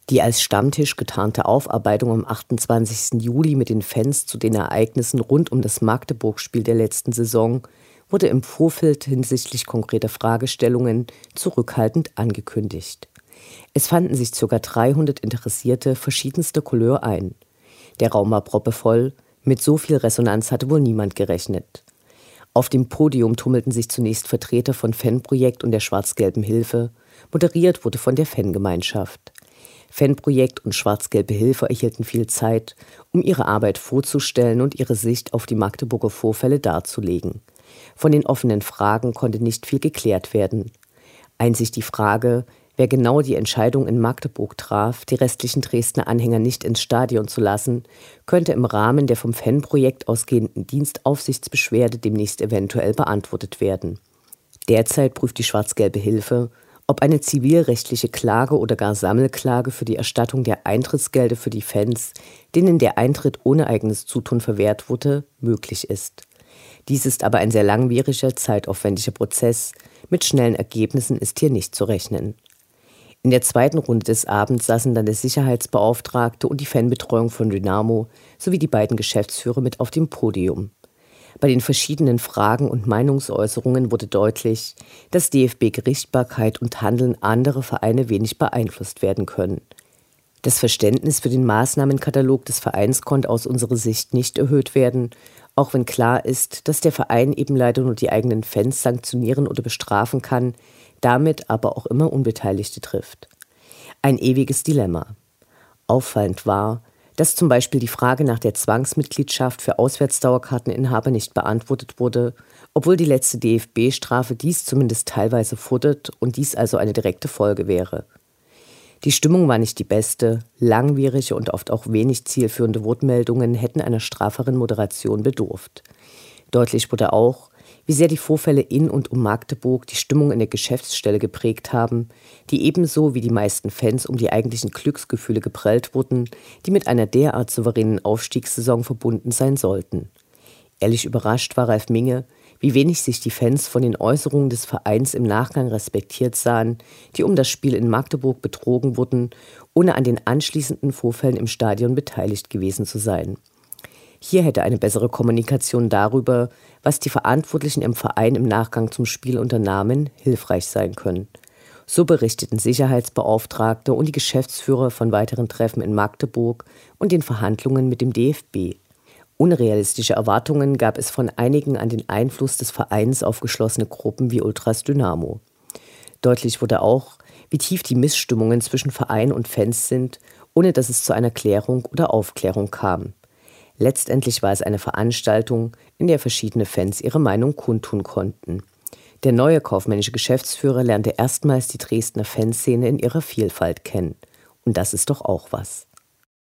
Die als Stammtisch getarnte Aufarbeitung am 28. Juli mit den Fans zu den Ereignissen rund um das Magdeburg-Spiel der letzten Saison wurde im Vorfeld hinsichtlich konkreter Fragestellungen zurückhaltend angekündigt. Es fanden sich ca. 300 Interessierte verschiedenster Couleur ein. Der Raum war proppevoll, mit so viel Resonanz hatte wohl niemand gerechnet. Auf dem Podium tummelten sich zunächst Vertreter von Fanprojekt und der Schwarz-Gelben Hilfe, moderiert wurde von der Fangemeinschaft. Fanprojekt und Schwarz-Gelbe Hilfe erhielten viel Zeit, um ihre Arbeit vorzustellen und ihre Sicht auf die Magdeburger Vorfälle darzulegen. Von den offenen Fragen konnte nicht viel geklärt werden. Einzig die Frage, wer genau die Entscheidung in Magdeburg traf, die restlichen Dresdner Anhänger nicht ins Stadion zu lassen, könnte im Rahmen der vom Fanprojekt ausgehenden Dienstaufsichtsbeschwerde demnächst eventuell beantwortet werden. Derzeit prüft die Schwarz-Gelbe Hilfe, ob eine zivilrechtliche Klage oder gar Sammelklage für die Erstattung der Eintrittsgelder für die Fans, denen der Eintritt ohne eigenes Zutun verwehrt wurde, möglich ist. Dies ist aber ein sehr langwieriger, zeitaufwendiger Prozess. Mit schnellen Ergebnissen ist hier nicht zu rechnen. In der zweiten Runde des Abends saßen dann der Sicherheitsbeauftragte und die Fanbetreuung von Dynamo sowie die beiden Geschäftsführer mit auf dem Podium. Bei den verschiedenen Fragen und Meinungsäußerungen wurde deutlich, dass DFB-Gerichtsbarkeit und Handeln anderer Vereine wenig beeinflusst werden können. Das Verständnis für den Maßnahmenkatalog des Vereins konnte aus unserer Sicht nicht erhöht werden, auch wenn klar ist, dass der Verein eben leider nur die eigenen Fans sanktionieren oder bestrafen kann, damit aber auch immer Unbeteiligte trifft. Ein ewiges Dilemma. Auffallend war, dass zum Beispiel die Frage nach der Zwangsmitgliedschaft für Auswärtsdauerkarteninhaber nicht beantwortet wurde, obwohl die letzte DFB-Strafe dies zumindest teilweise fordert und dies also eine direkte Folge wäre. Die Stimmung war nicht die beste, langwierige und oft auch wenig zielführende Wortmeldungen hätten einer strafferen Moderation bedurft. Deutlich wurde auch, wie sehr die Vorfälle in und um Magdeburg die Stimmung in der Geschäftsstelle geprägt haben, die ebenso wie die meisten Fans um die eigentlichen Glücksgefühle geprellt wurden, die mit einer derart souveränen Aufstiegssaison verbunden sein sollten. Ehrlich überrascht war Ralf Minge, wie wenig sich die Fans von den Äußerungen des Vereins im Nachgang respektiert sahen, die um das Spiel in Magdeburg betrogen wurden, ohne an den anschließenden Vorfällen im Stadion beteiligt gewesen zu sein. Hier hätte eine bessere Kommunikation darüber, was die Verantwortlichen im Verein im Nachgang zum Spiel unternahmen, hilfreich sein können. So berichteten Sicherheitsbeauftragte und die Geschäftsführer von weiteren Treffen in Magdeburg und den Verhandlungen mit dem DFB. Unrealistische Erwartungen gab es von einigen an den Einfluss des Vereins auf geschlossene Gruppen wie Ultras Dynamo. Deutlich wurde auch, wie tief die Missstimmungen zwischen Verein und Fans sind, ohne dass es zu einer Klärung oder Aufklärung kam. Letztendlich war es eine Veranstaltung, in der verschiedene Fans ihre Meinung kundtun konnten. Der neue kaufmännische Geschäftsführer lernte erstmals die Dresdner Fanszene in ihrer Vielfalt kennen. Und das ist doch auch was.